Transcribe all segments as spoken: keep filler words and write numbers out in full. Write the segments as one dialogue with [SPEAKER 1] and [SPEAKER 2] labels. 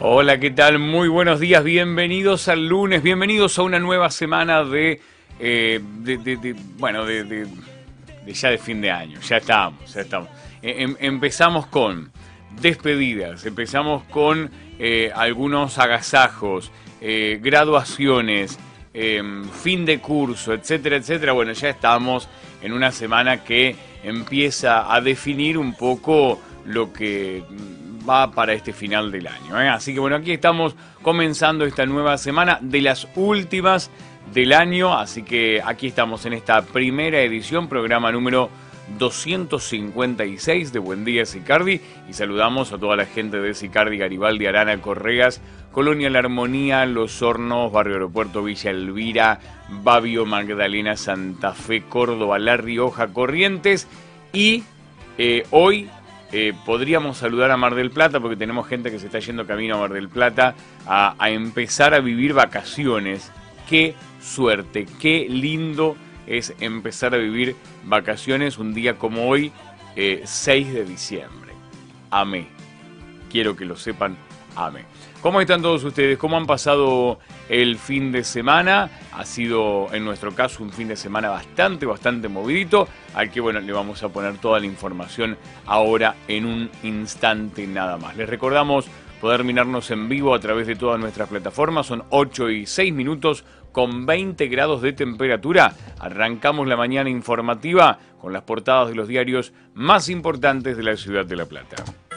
[SPEAKER 1] Hola, ¿qué tal? Muy buenos días, bienvenidos al lunes, bienvenidos a una nueva semana de, eh, de, de, de bueno, de, de, de ya de fin de año, ya estamos, ya estamos. Em, empezamos con despedidas, empezamos con eh, algunos agasajos, eh, graduaciones, eh, fin de curso, etcétera, etcétera. Bueno, ya estamos en una semana que empieza a definir un poco lo que va para este final del año, ¿eh? Así que bueno, aquí estamos comenzando esta nueva semana de las últimas del año, así que aquí estamos en esta primera edición, programa número doscientos cincuenta y seis de Buen Día Sicardi, y saludamos a toda la gente de Sicardi, Garibaldi, Arana, Correas, Colonia La Armonía, Los Hornos, Barrio Aeropuerto, Villa Elvira, Babio, Magdalena, Santa Fe, Córdoba, La Rioja, Corrientes, y eh, hoy Eh, podríamos saludar a Mar del Plata porque tenemos gente que se está yendo camino a Mar del Plata a, a empezar a vivir vacaciones. Qué suerte, qué lindo es empezar a vivir vacaciones un día como hoy, eh, seis de diciembre. Amé. Quiero que lo sepan, amé. ¿Cómo están todos ustedes? ¿Cómo han pasado el fin de semana? Ha sido, en nuestro caso, un fin de semana bastante, bastante movidito, al que, bueno, le vamos a poner toda la información ahora en un instante nada más. Les recordamos poder mirarnos en vivo a través de todas nuestras plataformas. Son ocho y seis minutos con veinte grados de temperatura. Arrancamos la mañana informativa con las portadas de los diarios más importantes de la ciudad de La Plata.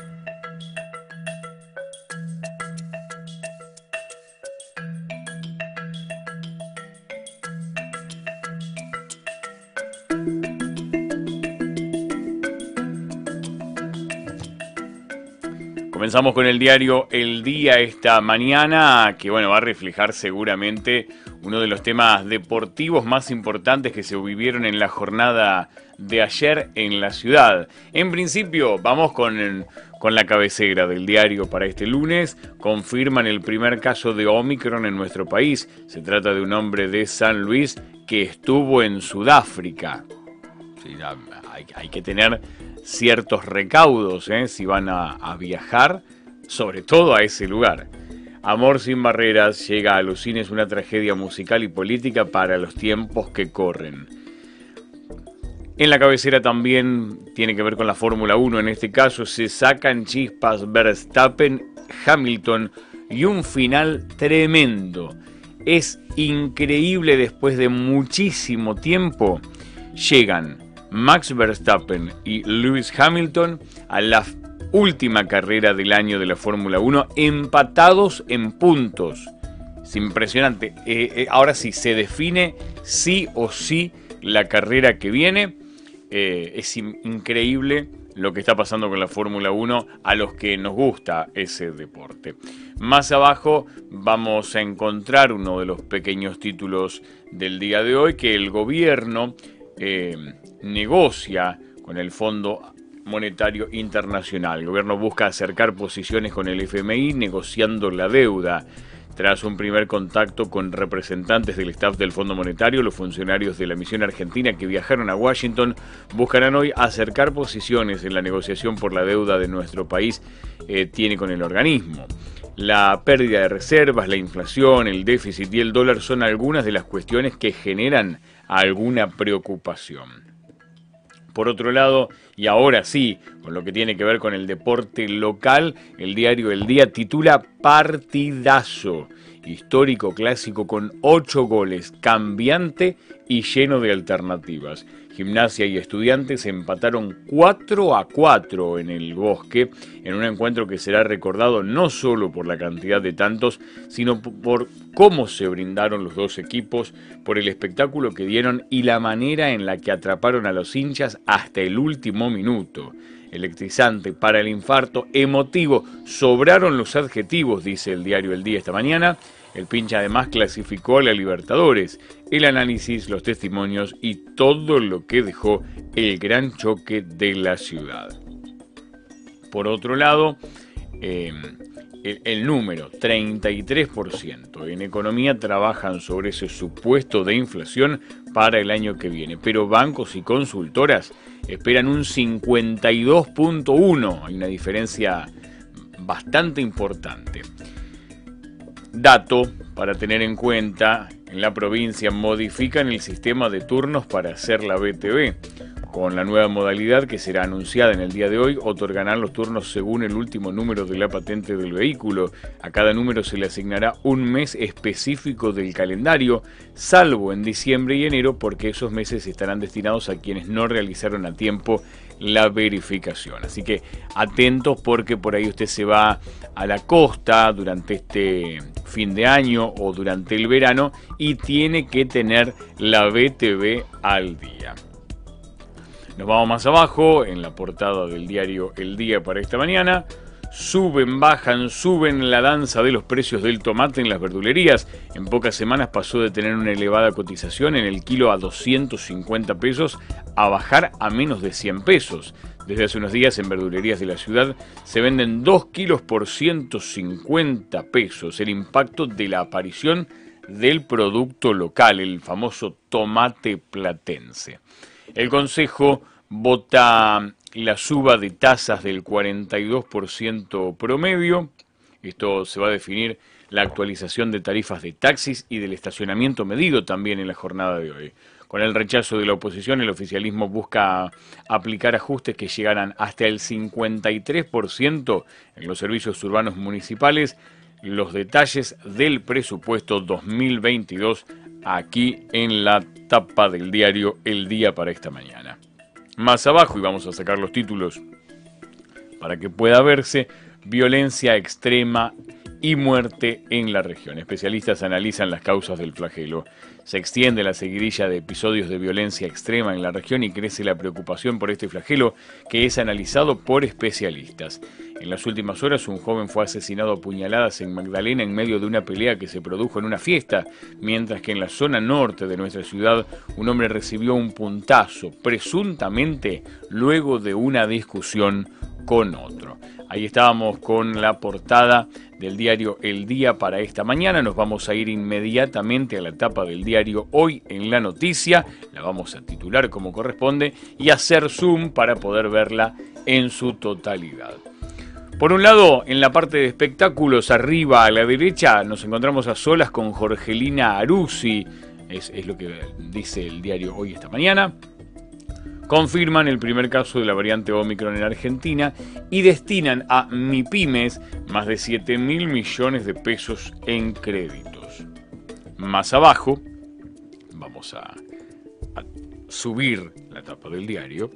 [SPEAKER 1] Comenzamos con el diario El Día esta mañana, que bueno, va a reflejar seguramente uno de los temas deportivos más importantes que se vivieron en la jornada de ayer en la ciudad. En principio, vamos con, con la cabecera del diario para este lunes. Confirman el primer caso de Omicron en nuestro país. Se trata de un hombre de San Luis que estuvo en Sudáfrica. Sí, hay, hay que tener ciertos recaudos, ¿eh? Si van a, a viajar, sobre todo a ese lugar. Amor sin barreras, llega a los cines una tragedia musical y política para los tiempos que corren. En la cabecera también tiene que ver con la Fórmula uno, en este caso se sacan chispas Verstappen, Hamilton y un final tremendo. Es increíble, después de muchísimo tiempo, llegan Max Verstappen y Lewis Hamilton a la última carrera del año de la Fórmula uno, empatados en puntos. Es impresionante. Eh, eh, ahora sí, se define sí o sí la carrera que viene. Eh, es in- increíble lo que está pasando con la Fórmula uno a los que nos gusta ese deporte. Más abajo vamos a encontrar uno de los pequeños títulos del día de hoy, que el gobierno Eh, negocia con el Fondo Monetario Internacional. El gobierno busca acercar posiciones con el F M I negociando la deuda. Tras un primer contacto con representantes del staff del Fondo Monetario, los funcionarios de la misión argentina que viajaron a Washington buscarán hoy acercar posiciones en la negociación por la deuda de nuestro país eh, tiene con el organismo. La pérdida de reservas, la inflación, el déficit y el dólar son algunas de las cuestiones que generan alguna preocupación. Por otro lado, y ahora sí, con lo que tiene que ver con el deporte local, el diario El Día titula Partidazo, histórico clásico con ocho goles, cambiante y lleno de alternativas. Gimnasia y Estudiantes empataron cuatro a cuatro en el Bosque, en un encuentro que será recordado no solo por la cantidad de tantos, sino por cómo se brindaron los dos equipos, por el espectáculo que dieron y la manera en la que atraparon a los hinchas hasta el último minuto. Electrizante, para el infarto, emotivo, sobraron los adjetivos, dice el diario El Día esta mañana. El Pincha además clasificó a la Libertadores, el análisis, los testimonios y todo lo que dejó el gran choque de la ciudad. Por otro lado, eh, el, el número, treinta y tres por ciento. En economía trabajan sobre ese supuesto de inflación para el año que viene, pero bancos y consultoras esperan un cincuenta y dos punto uno. Hay una diferencia bastante importante. Dato para tener en cuenta, en la provincia modifican el sistema de turnos para hacer la B T V. Con la nueva modalidad que será anunciada en el día de hoy, otorgarán los turnos según el último número de la patente del vehículo. A cada número se le asignará un mes específico del calendario, salvo en diciembre y enero, porque esos meses estarán destinados a quienes no realizaron a tiempo la verificación. Así que atentos, porque por ahí usted se va a la costa durante este fin de año o durante el verano y tiene que tener la B T V al día. Nos vamos más abajo, en la portada del diario El Día para esta mañana. Suben, bajan, suben la danza de los precios del tomate en las verdulerías. En pocas semanas pasó de tener una elevada cotización en el kilo a doscientos cincuenta pesos a bajar a menos de cien pesos. Desde hace unos días en verdulerías de la ciudad se venden dos kilos por ciento cincuenta pesos. El impacto de la aparición del producto local, el famoso tomate platense. El Consejo vota la suba de tasas del cuarenta y dos por ciento promedio. Esto se va a definir la actualización de tarifas de taxis y del estacionamiento medido también en la jornada de hoy. Con el rechazo de la oposición, el oficialismo busca aplicar ajustes que llegarán hasta el cincuenta y tres por ciento en los servicios urbanos municipales. Los detalles del presupuesto dos mil veintidós aquí en la tapa del diario El Día para esta mañana. Más abajo, y vamos a sacar los títulos para que pueda verse, violencia extrema y muerte en la región. Especialistas analizan las causas del flagelo. Se extiende la seguidilla de episodios de violencia extrema en la región y crece la preocupación por este flagelo, que es analizado por especialistas. En las últimas horas, un joven fue asesinado a puñaladas en Magdalena en medio de una pelea que se produjo en una fiesta, mientras que en la zona norte de nuestra ciudad, un hombre recibió un puntazo, presuntamente luego de una discusión con otro. Ahí estábamos con la portada del diario El Día para esta mañana. Nos vamos a ir inmediatamente a la tapa del diario Hoy en la Noticia. La vamos a titular como corresponde y hacer zoom para poder verla en su totalidad. Por un lado, en la parte de espectáculos, arriba a la derecha, nos encontramos a solas con Jorgelina Aruzzi. Es, es lo que dice el diario Hoy esta mañana. Confirman el primer caso de la variante Omicron en Argentina y destinan a MIPYMES más de siete mil millones de pesos en créditos. Más abajo, vamos a, a subir la tapa del diario.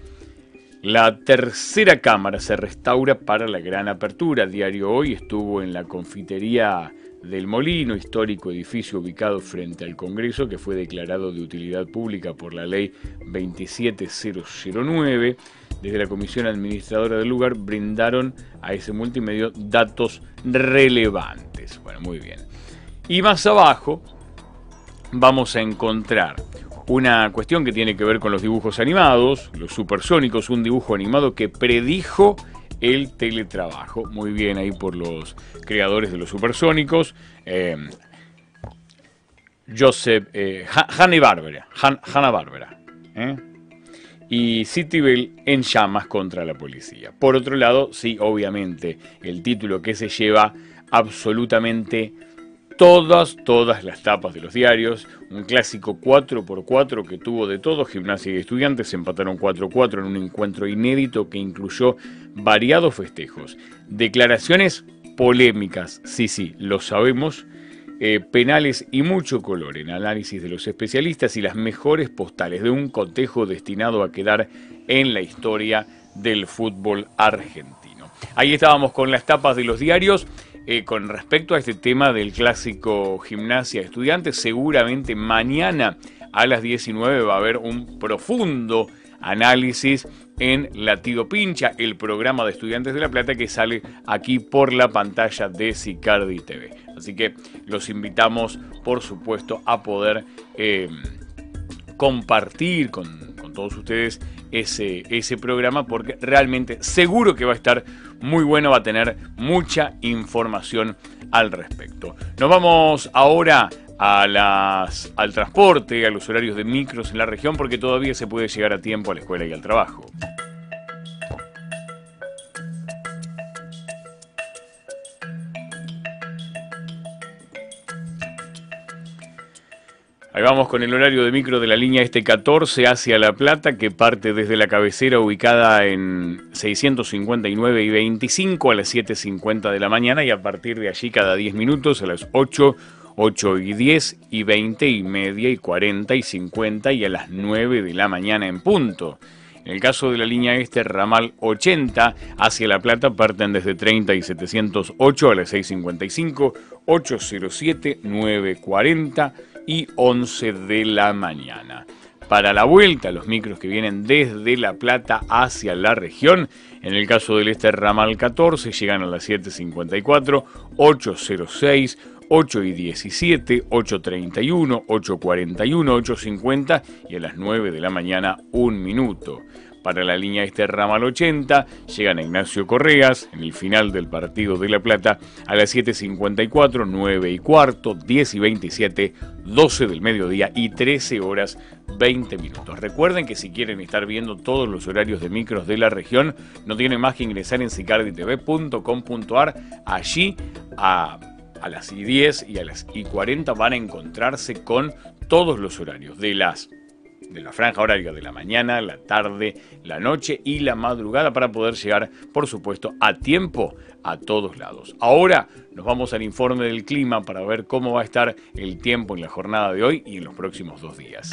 [SPEAKER 1] La tercera cámara se restaura para la gran apertura. Diario Hoy estuvo en la confitería del Molino, histórico edificio ubicado frente al Congreso, que fue declarado de utilidad pública por la ley veintisiete mil nueve. Desde la comisión administradora del lugar brindaron a ese multimedio datos relevantes. Bueno, muy bien. Y más abajo vamos a encontrar una cuestión que tiene que ver con los dibujos animados, los supersónicos, un dibujo animado que predijo el teletrabajo. Muy bien ahí por los creadores de los supersónicos. Eh, Joseph, eh, Hanna-Barbera, Han, Hanna-Barbera, ¿eh? Y Citybel en llamas contra la policía. Por otro lado, sí, obviamente, el título que se lleva absolutamente todas, todas las tapas de los diarios. Un clásico cuatro por cuatro que tuvo de todo. Gimnasia y Estudiantes empataron cuatro a cuatro en un encuentro inédito que incluyó variados festejos. Declaraciones polémicas, sí, sí, lo sabemos. Eh, penales y mucho color en análisis de los especialistas y las mejores postales de un cotejo destinado a quedar en la historia del fútbol argentino. Ahí estábamos con las tapas de los diarios. Eh, con respecto a este tema del clásico Gimnasia Estudiantes, seguramente mañana a las diecinueve va a haber un profundo análisis en Latido Pincha, el programa de Estudiantes de La Plata que sale aquí por la pantalla de Sicardi T V. Así que los invitamos, por supuesto, a poder eh, compartir con, con todos ustedes ese, ese programa, porque realmente seguro que va a estar muy bueno, va a tener mucha información al respecto. Nos vamos ahora a las, al transporte, a los horarios de micros en la región, porque todavía se puede llegar a tiempo a la escuela y al trabajo. Ahí vamos con el horario de micro de la línea este catorce hacia La Plata, que parte desde la cabecera ubicada en seiscientos cincuenta y nueve y veinticinco a las siete cincuenta de la mañana, y a partir de allí cada diez minutos a las ocho, ocho y diez y veinte y media y cuarenta y cincuenta y a las nueve de la mañana en punto. En el caso de la línea este, ramal ochenta hacia La Plata, parten desde treinta y setecientos ocho a las seis cincuenta y cinco, ocho cero siete, nueve cuarenta y once de la mañana. Para la vuelta, los micros que vienen desde La Plata hacia la región, en el caso del este ramal catorce, llegan a las siete cincuenta y cuatro, ocho cero seis, ocho y diecisiete, ocho treinta y uno, ocho cuarenta y uno, ocho cincuenta y a las nueve de la mañana, un minuto. Para la línea este ramal ochenta, llegan a Ignacio Correas, en el final del partido de La Plata, a las siete cincuenta y cuatro, nueve y cuarto, diez y veintisiete, doce del mediodía y trece horas veinte minutos. Recuerden que si quieren estar viendo todos los horarios de micros de la región, no tienen más que ingresar en sicardi t v punto com punto a r. Allí a... A las y diez y a las y cuarenta van a encontrarse con todos los horarios de las de la franja horaria de la mañana, la tarde, la noche y la madrugada, para poder llegar, por supuesto, a tiempo a todos lados. Ahora nos vamos al informe del clima para ver cómo va a estar el tiempo en la jornada de hoy y en los próximos dos días.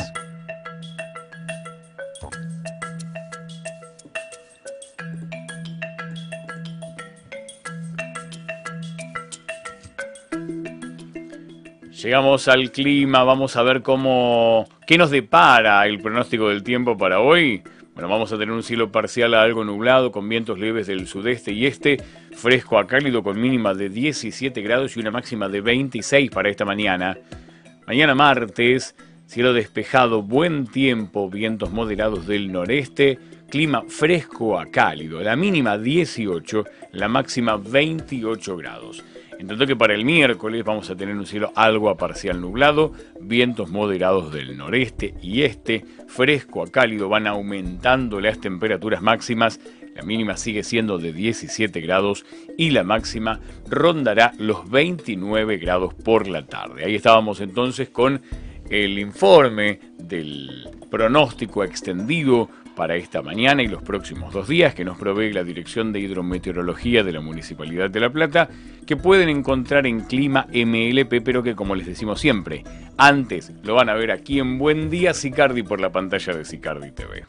[SPEAKER 1] Llegamos al clima, vamos a ver cómo qué nos depara el pronóstico del tiempo para hoy. Bueno, vamos a tener un cielo parcial a algo nublado, con vientos leves del sudeste y este, fresco a cálido con mínima de diecisiete grados y una máxima de veintiséis para esta mañana. Mañana martes, cielo despejado, buen tiempo, vientos moderados del noreste, clima fresco a cálido, la mínima dieciocho, la máxima veintiocho grados. En tanto que para el miércoles vamos a tener un cielo algo a parcial nublado, vientos moderados del noreste y este, fresco a cálido, van aumentando las temperaturas máximas, la mínima sigue siendo de diecisiete grados y la máxima rondará los veintinueve grados por la tarde. Ahí estábamos entonces con el informe del pronóstico extendido para esta mañana y los próximos dos días que nos provee la Dirección de Hidrometeorología de la Municipalidad de La Plata, que pueden encontrar en Clima M L P, pero que, como les decimos siempre, antes lo van a ver aquí en Buen Día Sicardi por la pantalla de Sicardi T V.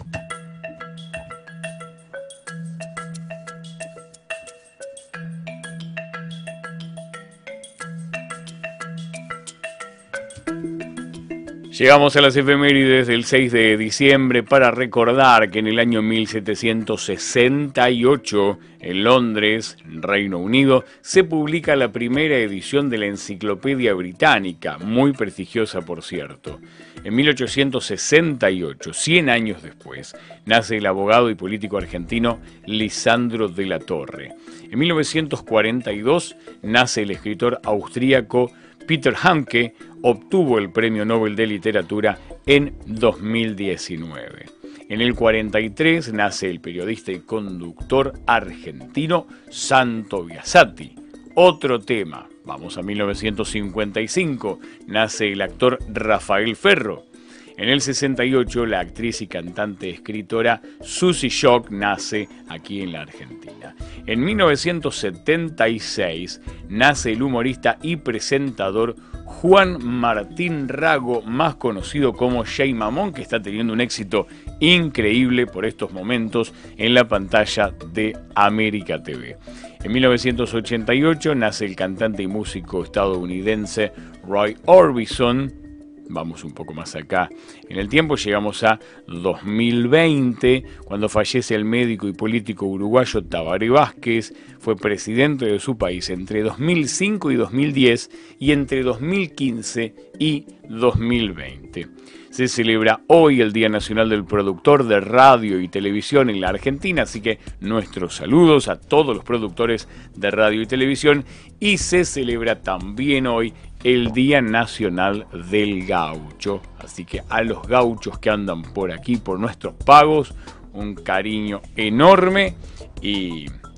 [SPEAKER 1] Llegamos a las efemérides del seis de diciembre para recordar que en el año mil setecientos sesenta y ocho, en Londres, Reino Unido, se publica la primera edición de la Enciclopedia Británica, muy prestigiosa por cierto. En mil ochocientos sesenta y ocho, cien años después, nace el abogado y político argentino Lisandro de la Torre. En mil novecientos cuarenta y dos, nace el escritor austríaco Peter Handke, obtuvo el Premio Nobel de Literatura en dos mil diecinueve. En el cuarenta y tres nace el periodista y conductor argentino Santo Biasati. Otro tema, vamos a mil novecientos cincuenta y cinco, nace el actor Rafael Ferro. En el sesenta y ocho, la actriz y cantante escritora Susy Shock nace aquí en la Argentina. En mil novecientos setenta y seis nace el humorista y presentador Juan Martín Rago, más conocido como Jay Mamón, que está teniendo un éxito increíble por estos momentos en la pantalla de América T V. En mil novecientos ochenta y ocho nace el cantante y músico estadounidense Roy Orbison. Vamos un poco más acá en el tiempo, llegamos a dos mil veinte, cuando fallece el médico y político uruguayo Tabaré Vázquez. Fue presidente de su país entre dos mil cinco y dos mil diez y entre dos mil quince y dos mil veinte. Se celebra hoy el Día Nacional del Productor de Radio y Televisión en la Argentina, así que nuestros saludos a todos los productores de radio y televisión, y se celebra también hoy el Día Nacional del Gaucho. Así que a los gauchos que andan por aquí, por nuestros pagos, un cariño enorme y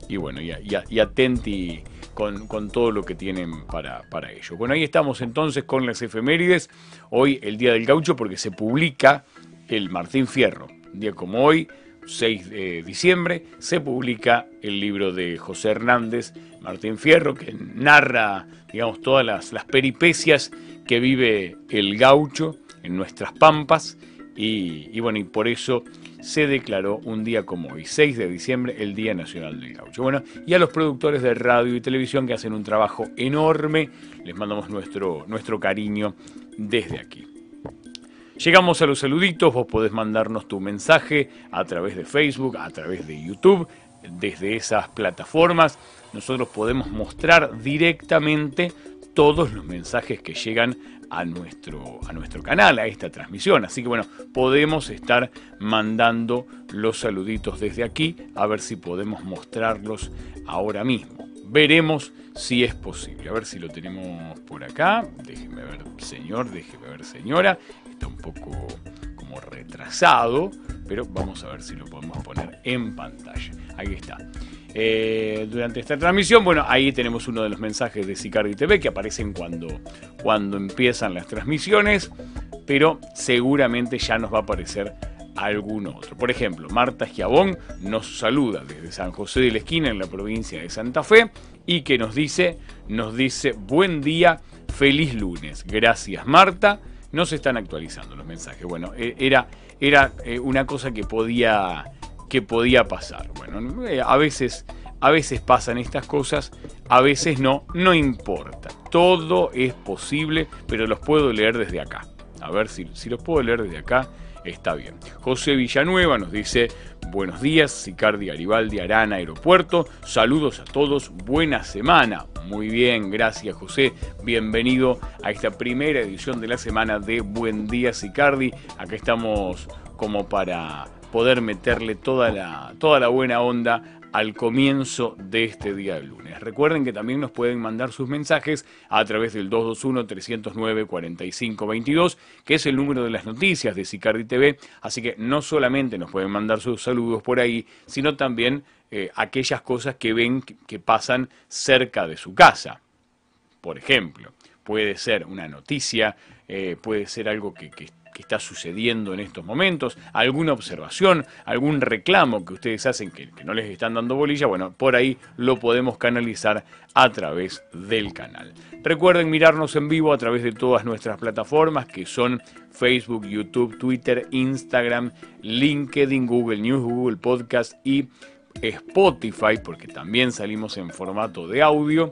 [SPEAKER 1] y bueno, y, y, y atenti con, con todo lo que tienen para, para ello. Bueno, ahí estamos entonces con las efemérides. Hoy el Día del Gaucho, porque se publica el Martín Fierro. Un día como hoy, seis de diciembre, se publica el libro de José Hernández, Martín Fierro, que narra, digamos, todas las, las peripecias que vive el gaucho en nuestras pampas, y, y bueno, y por eso se declaró un día como hoy, seis de diciembre, el Día Nacional del Gaucho. Bueno, y a los productores de radio y televisión que hacen un trabajo enorme, les mandamos nuestro, nuestro cariño desde aquí. Llegamos a los saluditos, vos podés mandarnos tu mensaje a través de Facebook, a través de YouTube, desde esas plataformas. Nosotros podemos mostrar directamente todos los mensajes que llegan a nuestro, a nuestro canal, a esta transmisión. Así que bueno, podemos estar mandando los saluditos desde aquí, a ver si podemos mostrarlos ahora mismo. Veremos si es posible. A ver si lo tenemos por acá. Déjeme ver, señor, déjeme ver, señora. Está un poco como retrasado, pero vamos a ver si lo podemos poner en pantalla. Ahí está. Eh, durante esta transmisión, bueno, ahí tenemos uno de los mensajes de Sicardi T V que aparecen cuando, cuando empiezan las transmisiones, pero seguramente ya nos va a aparecer alguno otro. Por ejemplo, Marta Schiavón nos saluda desde San José de la Esquina, en la provincia de Santa Fe, y que nos dice, nos dice, buen día, feliz lunes. Gracias, Marta. No se están actualizando los mensajes. Bueno, era, era una cosa que podía, que podía pasar. Bueno, a veces, a veces pasan estas cosas, a veces no, no importa. Todo es posible, pero los puedo leer desde acá. A ver si, si los puedo leer desde acá, está bien. José Villanueva nos dice, buenos días, Sicardi, Garibaldi, Arana, Aeropuerto. Saludos a todos, buena semana. Muy bien, gracias José. Bienvenido a esta primera edición de la semana de Buen Día Sicardi. Acá estamos como para poder meterle toda la, toda la buena onda al comienzo de este día del lunes. Recuerden que también nos pueden mandar sus mensajes a través del dos dos uno, tres cero nueve, cuatro cinco dos dos, que es el número de las noticias de Sicardi T V, así que no solamente nos pueden mandar sus saludos por ahí, sino también eh, aquellas cosas que ven que, que pasan cerca de su casa. Por ejemplo, puede ser una noticia, eh, puede ser algo que, que que está sucediendo en estos momentos, alguna observación, algún reclamo que ustedes hacen que, que no les están dando bolilla, bueno, por ahí lo podemos canalizar a través del canal. Recuerden mirarnos en vivo a través de todas nuestras plataformas, que son Facebook, YouTube, Twitter, Instagram, LinkedIn, Google News, Google Podcast y Spotify, porque también salimos en formato de audio.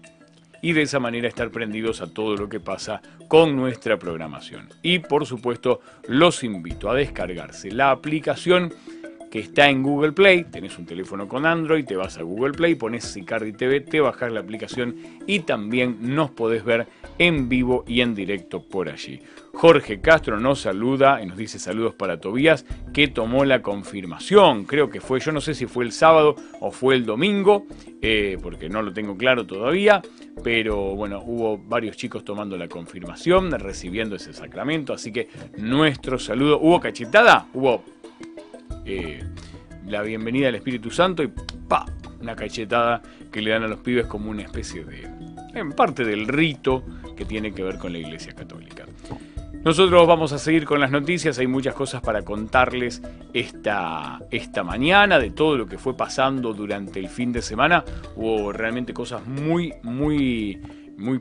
[SPEAKER 1] Y de esa manera estar prendidos a todo lo que pasa con nuestra programación. Y por supuesto los invito a descargarse la aplicación que está en Google Play. Tenés un teléfono con Android, te vas a Google Play, pones Sicardi T V, te bajás la aplicación y también nos podés ver en vivo y en directo por allí. Jorge Castro nos saluda y nos dice saludos para Tobías, que tomó la confirmación. Creo que fue, yo no sé si fue el sábado o fue el domingo, eh, porque no lo tengo claro todavía, pero bueno, hubo varios chicos tomando la confirmación, recibiendo ese sacramento, así que nuestro saludo. ¿Hubo cachetada? Hubo eh, la bienvenida al Espíritu Santo y ¡pa! Una cachetada que le dan a los pibes como una especie de, en parte del rito que tiene que ver con la Iglesia Católica. Nosotros vamos a seguir con las noticias, hay muchas cosas para contarles esta, esta mañana, de todo lo que fue pasando durante el fin de semana. Hubo realmente cosas muy, muy, muy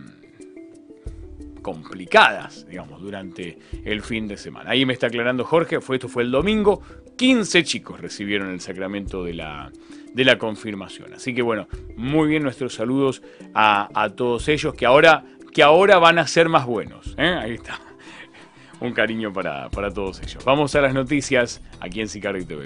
[SPEAKER 1] mmm, complicadas, digamos, durante el fin de semana. Ahí me está aclarando Jorge, fue, esto fue el domingo, quince chicos recibieron el sacramento de la, de la confirmación. Así que bueno, muy bien, nuestros saludos a, a todos ellos, que ahora, que ahora van a ser más buenos, ¿eh? Ahí está. Un cariño para, para todos ellos. Vamos a las noticias aquí en Sicardi T V.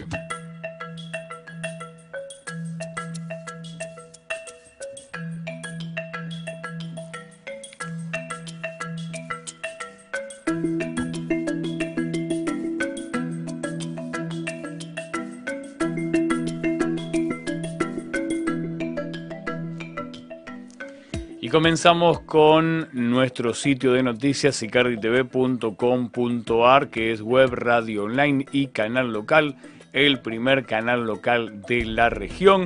[SPEAKER 1] Y comenzamos con nuestro sitio de noticias sicardi t v punto com punto a r, que es web, radio online y canal local, el primer canal local de la región. Nos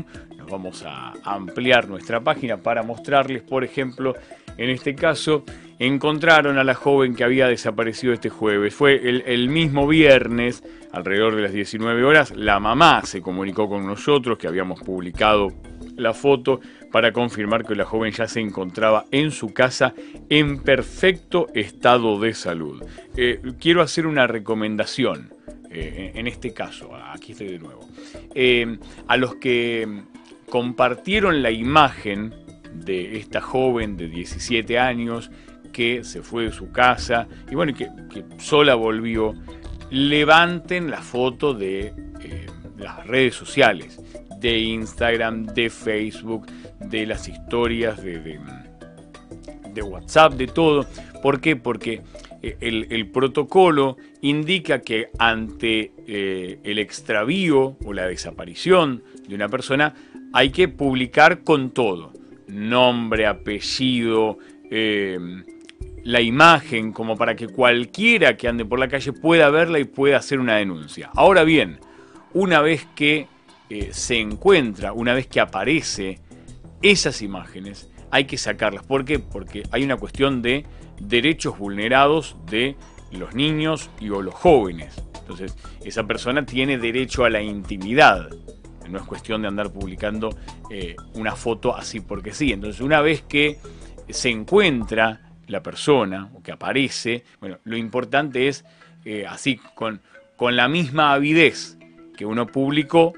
[SPEAKER 1] vamos a ampliar nuestra página para mostrarles, por ejemplo, en este caso, encontraron a la joven que había desaparecido este jueves. Fue el, el mismo viernes, alrededor de las diecinueve horas, la mamá se comunicó con nosotros que habíamos publicado la foto para confirmar que la joven ya se encontraba en su casa en perfecto estado de salud. Eh, quiero hacer una recomendación eh, en este caso, aquí estoy de nuevo, eh, a los que compartieron la imagen de esta joven de diecisiete años que se fue de su casa y bueno, que, que sola volvió, levanten la foto de eh, las redes sociales, de Instagram, de Facebook, de las historias de, de, de WhatsApp, de todo. ¿Por qué? Porque el, el protocolo indica que ante eh, el extravío o la desaparición de una persona hay que publicar con todo, nombre, apellido, eh, la imagen, como para que cualquiera que ande por la calle pueda verla y pueda hacer una denuncia. Ahora bien, una vez que eh, se encuentra, una vez que aparece esas imágenes, hay que sacarlas. ¿Por qué? Porque hay una cuestión de derechos vulnerados de los niños y o los jóvenes. Entonces, esa persona tiene derecho a la intimidad. No es cuestión de andar publicando eh, una foto así porque sí. Entonces, una vez que se encuentra la persona o que aparece, bueno, lo importante es eh, así, con, con la misma avidez que uno publicó,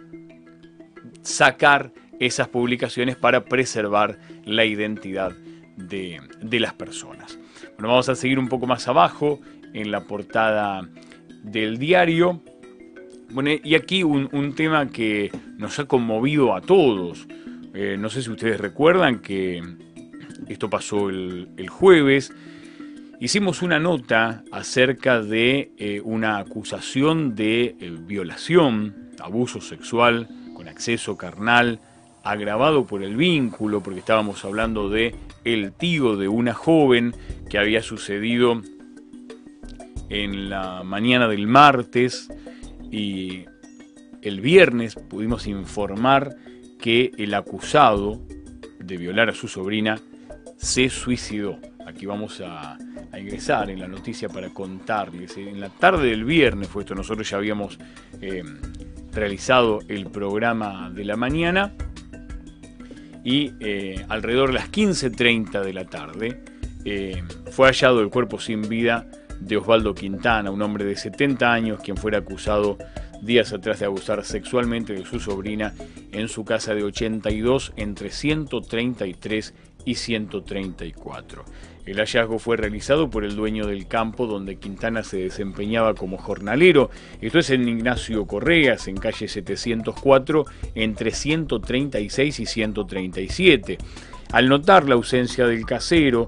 [SPEAKER 1] sacar esas publicaciones para preservar la identidad de, de las personas. Bueno, vamos a seguir un poco más abajo en la portada del diario. Bueno, y aquí un, un tema que nos ha conmovido a todos. Eh, no sé si ustedes recuerdan que esto pasó el, el jueves. Hicimos una nota acerca de eh, una acusación de eh, violación, abuso sexual con acceso carnal, agravado por el vínculo, porque estábamos hablando de el tío de una joven que había sucedido en la mañana del martes, y el viernes pudimos informar que el acusado de violar a su sobrina se suicidó. Aquí vamos a, a ingresar en la noticia para contarles. En la tarde del viernes fue esto, nosotros ya habíamos eh, realizado el programa de la mañana y eh, alrededor de las quince treinta de la tarde eh, fue hallado el cuerpo sin vida de Osvaldo Quintana, un hombre de setenta años, quien fuera acusado días atrás de abusar sexualmente de su sobrina en su casa de ochenta y dos entre ciento treinta y tres y ciento treinta y cuatro. El hallazgo fue realizado por el dueño del campo donde Quintana se desempeñaba como jornalero. Esto es en Ignacio Correas, en calle setecientos cuatro, entre ciento treinta y seis y ciento treinta y siete. Al notar la ausencia del casero,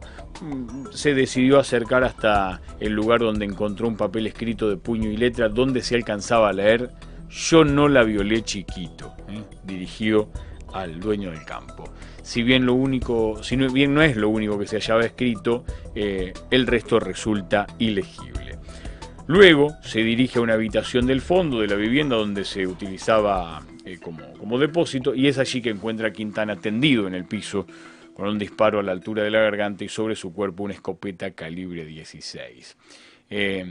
[SPEAKER 1] se decidió acercar hasta el lugar donde encontró un papel escrito de puño y letra donde se alcanzaba a leer "Yo no la violé, chiquito", ¿eh? dirigido al dueño del campo. Si bien lo único, si no, bien no es lo único que se hallaba escrito, eh, el resto resulta ilegible. Luego se dirige a una habitación del fondo de la vivienda donde se utilizaba eh, como, como depósito, y es allí que encuentra a Quintana tendido en el piso con un disparo a la altura de la garganta y sobre su cuerpo una escopeta calibre dieciséis. Eh,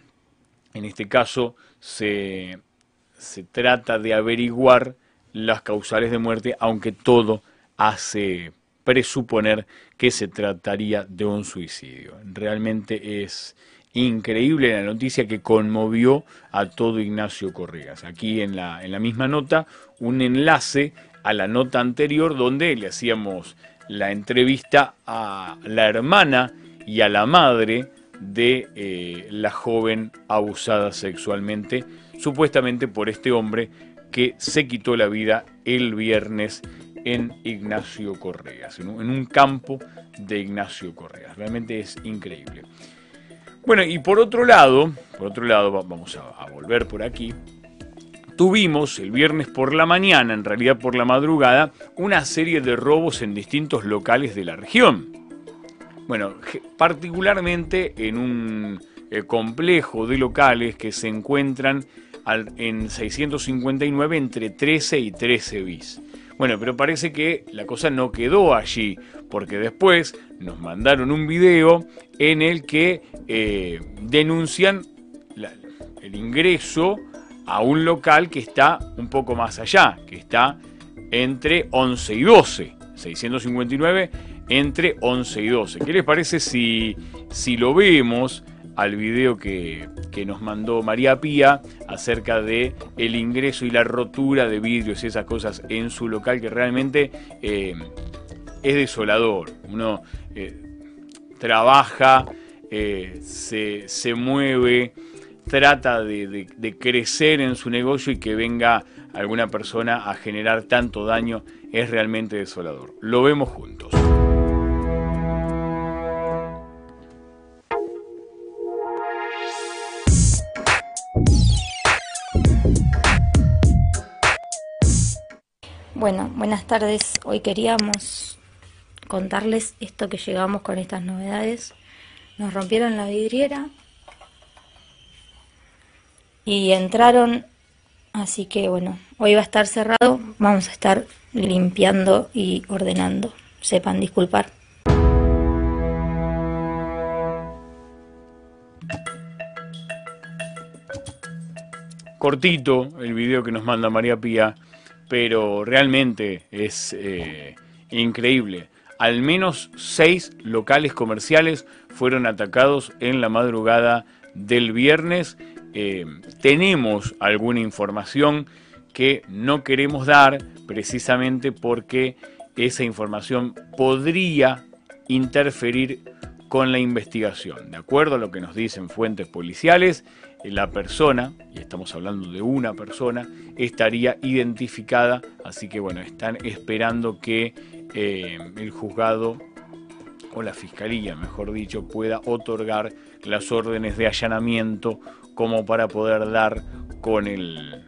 [SPEAKER 1] en este caso se, se trata de averiguar las causales de muerte, aunque todo hace presuponer que se trataría de un suicidio. Realmente es increíble la noticia que conmovió a todo Ignacio Correas. Aquí en la, en la misma nota, un enlace a la nota anterior donde le hacíamos la entrevista a la hermana y a la madre de eh, la joven abusada sexualmente, supuestamente por este hombre que se quitó la vida el viernes en Ignacio Correas, en un, en un campo de Ignacio Correas. Realmente es increíble. Bueno, y por otro lado, por otro lado, vamos a, a volver por aquí. Tuvimos el viernes por la mañana, en realidad por la madrugada, una serie de robos en distintos locales de la región. Bueno, particularmente en un eh, complejo de locales que se encuentran al, en seiscientos cincuenta y nueve entre trece y trece bis. Bueno, pero parece que la cosa no quedó allí, porque después nos mandaron un video en el que eh, denuncian la, el ingreso a un local que está un poco más allá, que está entre once y doce, seiscientos cincuenta y nueve entre once y doce. ¿Qué les parece si, si lo vemos al video que, que nos mandó María Pía acerca de el ingreso y la rotura de vidrios y esas cosas en su local, que realmente eh, es desolador? Uno eh, trabaja, eh, se, se mueve, trata de, de, de crecer en su negocio, y que venga alguna persona a generar tanto daño es realmente desolador. Lo vemos juntos.
[SPEAKER 2] Bueno, buenas tardes. Hoy queríamos contarles esto, que llegamos con estas novedades. Nos rompieron la vidriera y entraron, así que bueno, hoy va a estar cerrado. Vamos a estar limpiando y ordenando. Sepan disculpar.
[SPEAKER 1] Cortito el video que nos manda María Pía, pero realmente es eh, increíble. Al menos seis locales comerciales fueron atacados en la madrugada del viernes. Eh, tenemos alguna información que no queremos dar, precisamente porque esa información podría interferir con la investigación. De acuerdo a lo que nos dicen fuentes policiales, la persona, y estamos hablando de una persona, estaría identificada, así que bueno, están esperando que eh, el juzgado, o la fiscalía, mejor dicho, pueda otorgar las órdenes de allanamiento como para poder dar con el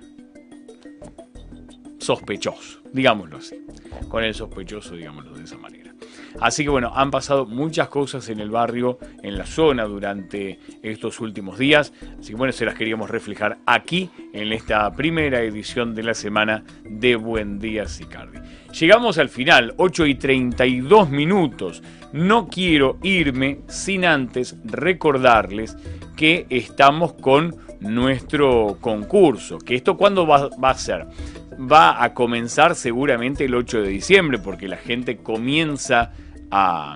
[SPEAKER 1] sospechoso, digámoslo así, con el sospechoso, digámoslo de esa manera. Así que bueno, han pasado muchas cosas en el barrio, en la zona, durante estos últimos días. Así que bueno, se las queríamos reflejar aquí, en esta primera edición de la semana de Buen Día Sicardi. Llegamos al final, ocho y treinta y dos minutos. No quiero irme sin antes recordarles que estamos con nuestro concurso. ¿Que esto cuándo va, va a ser? Va a comenzar seguramente el ocho de diciembre, porque la gente comienza a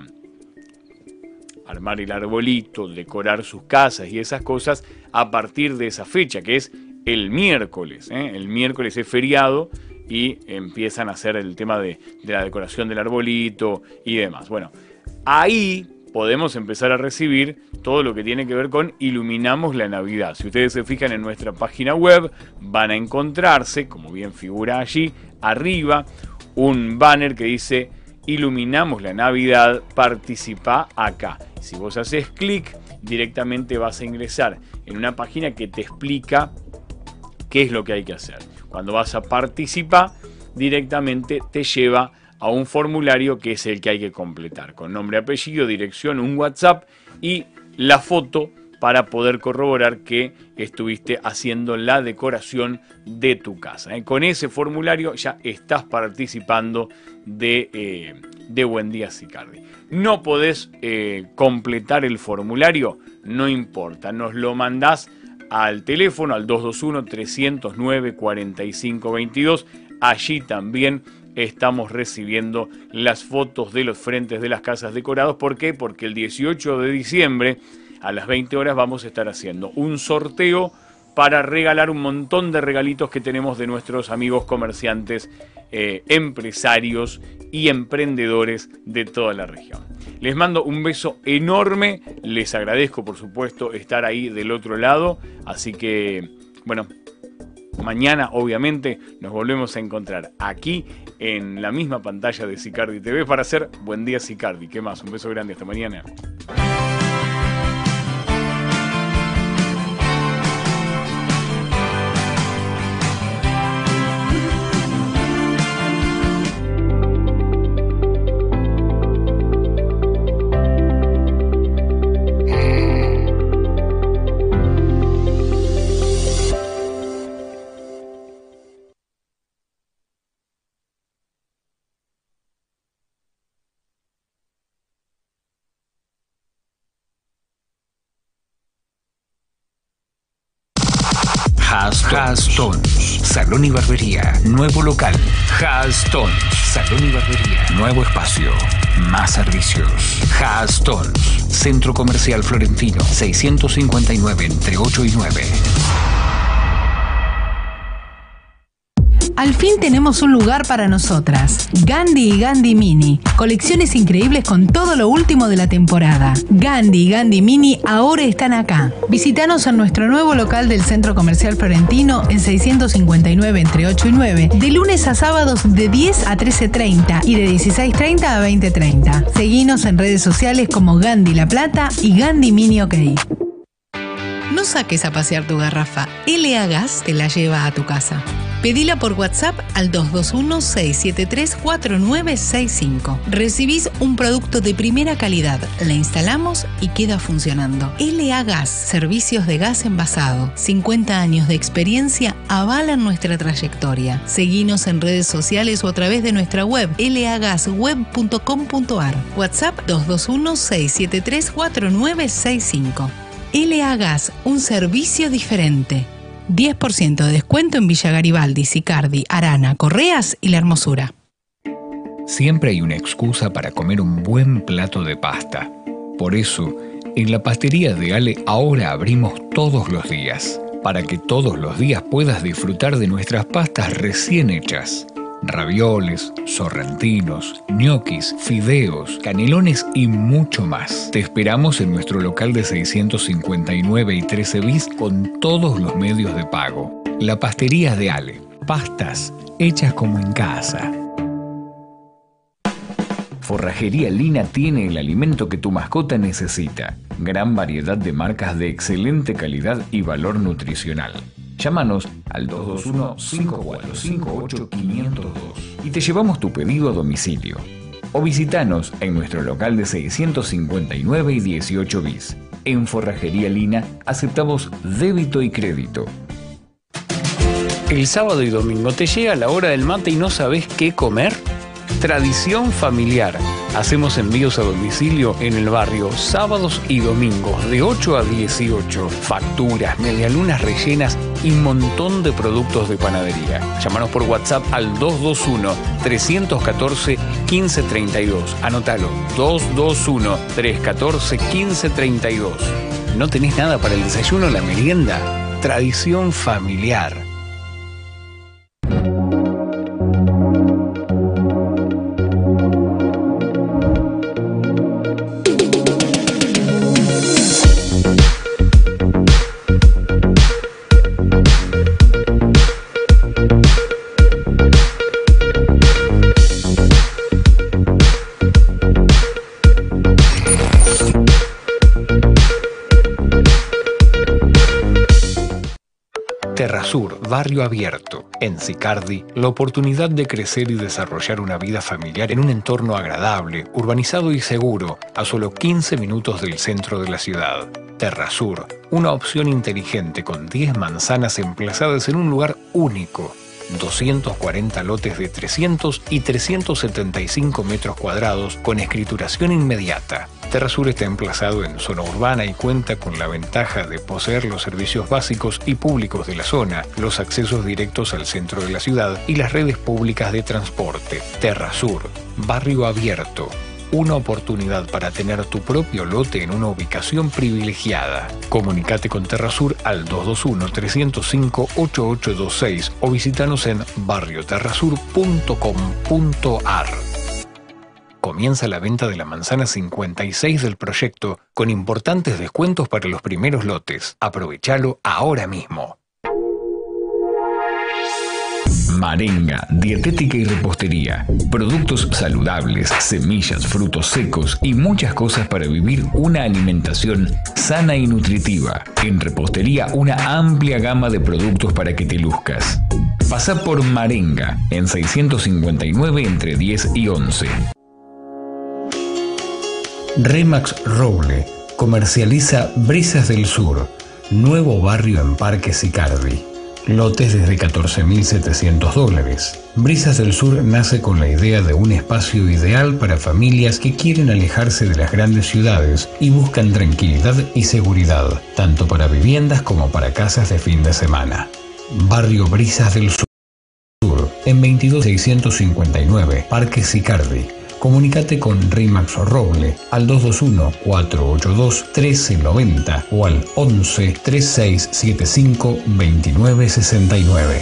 [SPEAKER 1] armar el arbolito, decorar sus casas y esas cosas a partir de esa fecha, que es el miércoles. ¿eh? El miércoles es feriado y empiezan a hacer el tema de, de la decoración del arbolito y demás. Bueno, ahí podemos empezar a recibir todo lo que tiene que ver con Iluminamos la Navidad. Si ustedes se fijan en nuestra página web, van a encontrarse, como bien figura allí, arriba, un banner que dice Iluminamos la Navidad, participa acá. Si vos haces clic, directamente vas a ingresar en una página que te explica qué es lo que hay que hacer. Cuando vas a participar, directamente te lleva a un formulario que es el que hay que completar, con nombre, apellido, dirección, un WhatsApp y la foto para poder corroborar que estuviste haciendo la decoración de tu casa. ¿eh? Con ese formulario ya estás participando de, eh, de Buen Día Sicardi. No podés eh, completar el formulario, no importa, nos lo mandás al teléfono, al dos dos uno, tres cero nueve, cuatro cinco dos dos. Allí también estamos recibiendo las fotos de los frentes de las casas decorados. ¿Por qué? Porque el dieciocho de diciembre a las veinte horas vamos a estar haciendo un sorteo para regalar un montón de regalitos que tenemos de nuestros amigos comerciantes, eh, empresarios y emprendedores de toda la región. Les mando un beso enorme, les agradezco por supuesto estar ahí del otro lado, así que bueno, mañana obviamente nos volvemos a encontrar aquí en la misma pantalla de Sicardi T V para hacer Buen Día Sicardi. ¿Qué más? Un beso grande, hasta mañana.
[SPEAKER 3] Hastones. Salón y barbería. Nuevo local. Hastones. Salón y barbería. Nuevo espacio. Más servicios. Hastones. Centro Comercial Florentino. seiscientos cincuenta y nueve entre ocho y nueve.
[SPEAKER 4] Al fin tenemos un lugar para nosotras. Gandhi y Gandhi Mini. Colecciones increíbles con todo lo último de la temporada. Gandhi y Gandhi Mini ahora están acá. Visítanos en nuestro nuevo local del Centro Comercial Florentino en seiscientos cincuenta y nueve entre ocho y nueve. De lunes a sábados de diez a trece treinta y de dieciséis treinta a veinte treinta. Seguinos en redes sociales como Gandhi La Plata y Gandhi Mini OK. No saques a pasear tu garrafa. L A Gas te la lleva a tu casa. Pedila por WhatsApp al dos dos uno, seis siete tres, cuatro nueve seis cinco. Recibís un producto de primera calidad, la instalamos y queda funcionando. L A Gas, servicios de gas envasado. cincuenta años de experiencia avalan nuestra trayectoria. Seguinos en redes sociales o a través de nuestra web l a gas web punto com punto a r. WhatsApp dos dos uno, seis siete tres, cuatro nueve seis cinco. L A Gas, un servicio diferente. diez por ciento de descuento en Villa Garibaldi, Sicardi, Arana, Correas y La Hermosura.
[SPEAKER 3] Siempre hay una excusa para comer un buen plato de pasta. Por eso, en la pastería de Ale ahora abrimos todos los días, para que todos los días puedas disfrutar de nuestras pastas recién hechas. Ravioles, sorrentinos, ñoquis, fideos, canelones y mucho más. Te esperamos en nuestro local de seiscientos cincuenta y nueve y trece bis con todos los medios de pago. La pastería de Ale. Pastas hechas como en casa. Forrajería Lina tiene el alimento que tu mascota necesita. Gran variedad de marcas de excelente calidad y valor nutricional. Llámanos al dos dos uno, cinco cuatro cinco, ocho cinco cero dos y te llevamos tu pedido a domicilio. O visitanos en nuestro local de seiscientos cincuenta y nueve y dieciocho bis. En Forrajería Lina aceptamos débito y crédito.
[SPEAKER 5] El sábado y domingo te llega la hora del mate y no sabes qué comer. Tradición familiar. Hacemos envíos a domicilio en el barrio sábados y domingos de ocho a dieciocho. Facturas, medialunas rellenas y un montón de productos de panadería. Llámanos por WhatsApp al dos dos uno, tres uno cuatro, uno cinco tres dos. Anótalo, dos dos uno, tres uno cuatro, uno cinco tres dos. ¿No tenés nada para el desayuno o la merienda? Tradición familiar.
[SPEAKER 3] Terrasur, barrio abierto. En Sicardi, la oportunidad de crecer y desarrollar una vida familiar en un entorno agradable, urbanizado y seguro, a solo quince minutos del centro de la ciudad. Terrasur, una opción inteligente con diez manzanas emplazadas en un lugar único. doscientos cuarenta lotes de trescientos y trescientos setenta y cinco metros cuadrados con escrituración inmediata. Terrasur está emplazado en zona urbana y cuenta con la ventaja de poseer los servicios básicos y públicos de la zona, los accesos directos al centro de la ciudad y las redes públicas de transporte. Terrasur, barrio abierto. Una oportunidad para tener tu propio lote en una ubicación privilegiada. Comunicate con Terrasur al dos dos uno, tres cero cinco, ocho ocho dos seis o visítanos en barrio terrasur punto com punto a r. Comienza la venta de la manzana cincuenta y seis del proyecto con importantes descuentos para los primeros lotes. Aprovechalo ahora mismo. Marenga, dietética y repostería. Productos saludables, semillas, frutos secos y muchas cosas para vivir una alimentación sana y nutritiva. En repostería, una amplia gama de productos para que te luzcas. Pasa por Marenga, en seiscientos cincuenta y nueve entre diez y once. Remax Roble comercializa Brisas del Sur, nuevo barrio en Parque Sicardi. Lotes desde catorce mil setecientos dólares. Brisas del Sur nace con la idea de un espacio ideal para familias que quieren alejarse de las grandes ciudades y buscan tranquilidad y seguridad, tanto para viviendas como para casas de fin de semana. Barrio Brisas del Sur, en veintidós seiscientos cincuenta y nueve, Parque Sicardi. Comunicate con Rimax Roble al dos dos uno, cuatro ocho dos, uno tres nueve cero o al once, treinta y seis setenta y cinco, veintinueve sesenta y nueve.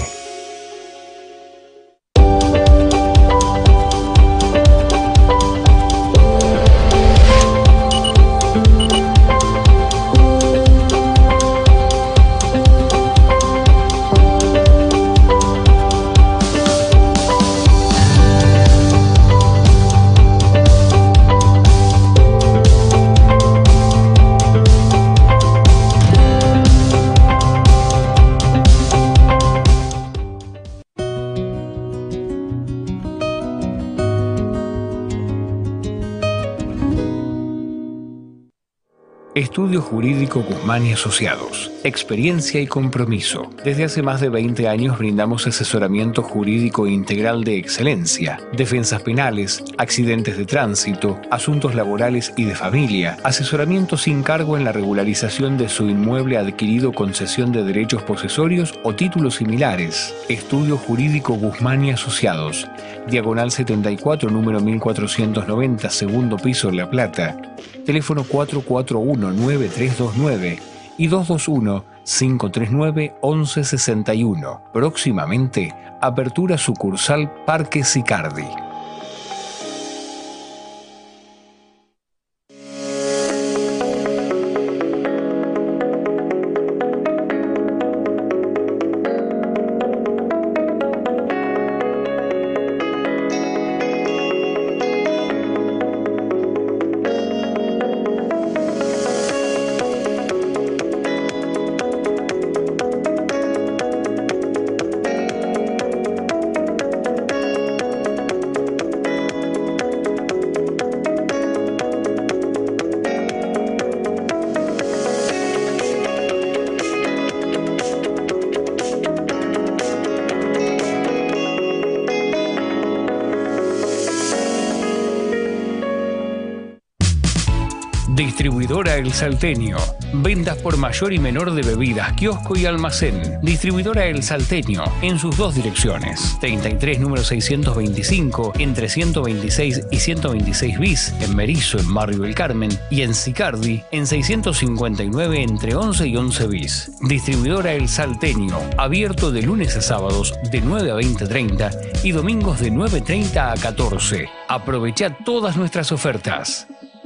[SPEAKER 3] Estudio Jurídico Guzmán y Asociados. Experiencia y compromiso. Desde hace más de veinte años brindamos asesoramiento jurídico integral de excelencia, defensas penales, accidentes de tránsito, asuntos laborales y de familia, asesoramiento sin cargo en la regularización de su inmueble adquirido con cesión de derechos posesorios o títulos similares. Estudio Jurídico Guzmán y Asociados. Diagonal setenta y cuatro, número mil cuatrocientos noventa, segundo piso, La Plata. Teléfono cuatro cuatro uno, nueve tres dos nueve y dos dos uno, cinco tres nueve, once sesenta y uno. Próximamente, apertura sucursal Parque Sicardi. Distribuidora El Salteño. Ventas por mayor y menor de bebidas, kiosco y almacén. Distribuidora El Salteño, en sus dos direcciones. treinta y tres, número seiscientos veinticinco, entre ciento veintiséis y ciento veintiséis bis, en Merizo, en Barrio El Carmen, y en Sicardi, en seiscientos cincuenta y nueve, entre once y once bis. Distribuidora El Salteño, abierto de lunes a sábados de nueve a veinte treinta y domingos de nueve treinta a catorce. Aprovecha todas nuestras ofertas.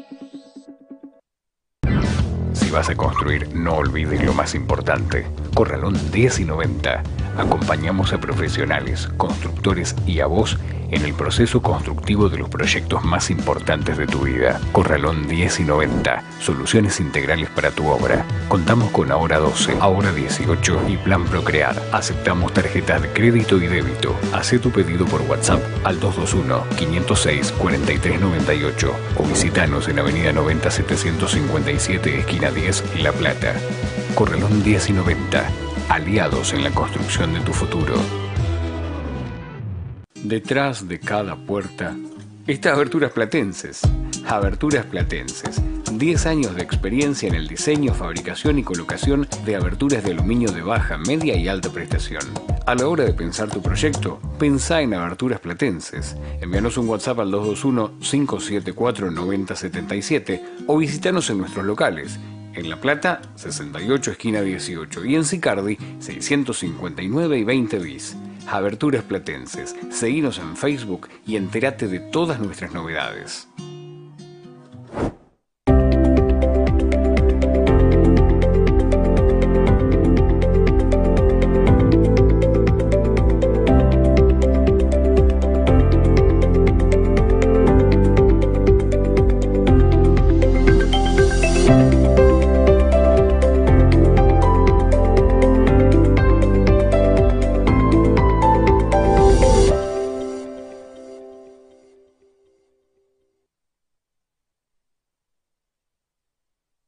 [SPEAKER 3] Si vas a construir, no olvides lo más importante. Corralón diez y noventa. Acompañamos a profesionales, constructores y a vos en el proceso constructivo de los proyectos más importantes de tu vida. Corralón diez y noventa. Soluciones integrales para tu obra. Contamos con Ahora doce, Ahora dieciocho y Plan Procrear. Aceptamos tarjetas de crédito y débito. Hacé tu pedido por WhatsApp al dos dos uno, quinientos seis, cuarenta y tres noventa y ocho o visitanos en Avenida noventa setecientos cincuenta y siete, esquina diez, La Plata. Corralón diez y noventa. Aliados en la construcción de tu futuro. Detrás de cada puerta está Aberturas Platenses. Aberturas Platenses. diez años de experiencia en el diseño, fabricación y colocación de aberturas de aluminio de baja, media y alta prestación. A la hora de pensar tu proyecto, pensá en Aberturas Platenses. Envíanos un WhatsApp al dos dos uno, cinco siete cuatro, nueve cero siete siete o visitanos en nuestros locales. En La Plata, sesenta y ocho, esquina dieciocho, y en Sicardi, seiscientos cincuenta y nueve y veinte bis. Aberturas Platenses. Seguinos en Facebook y entérate de todas nuestras novedades.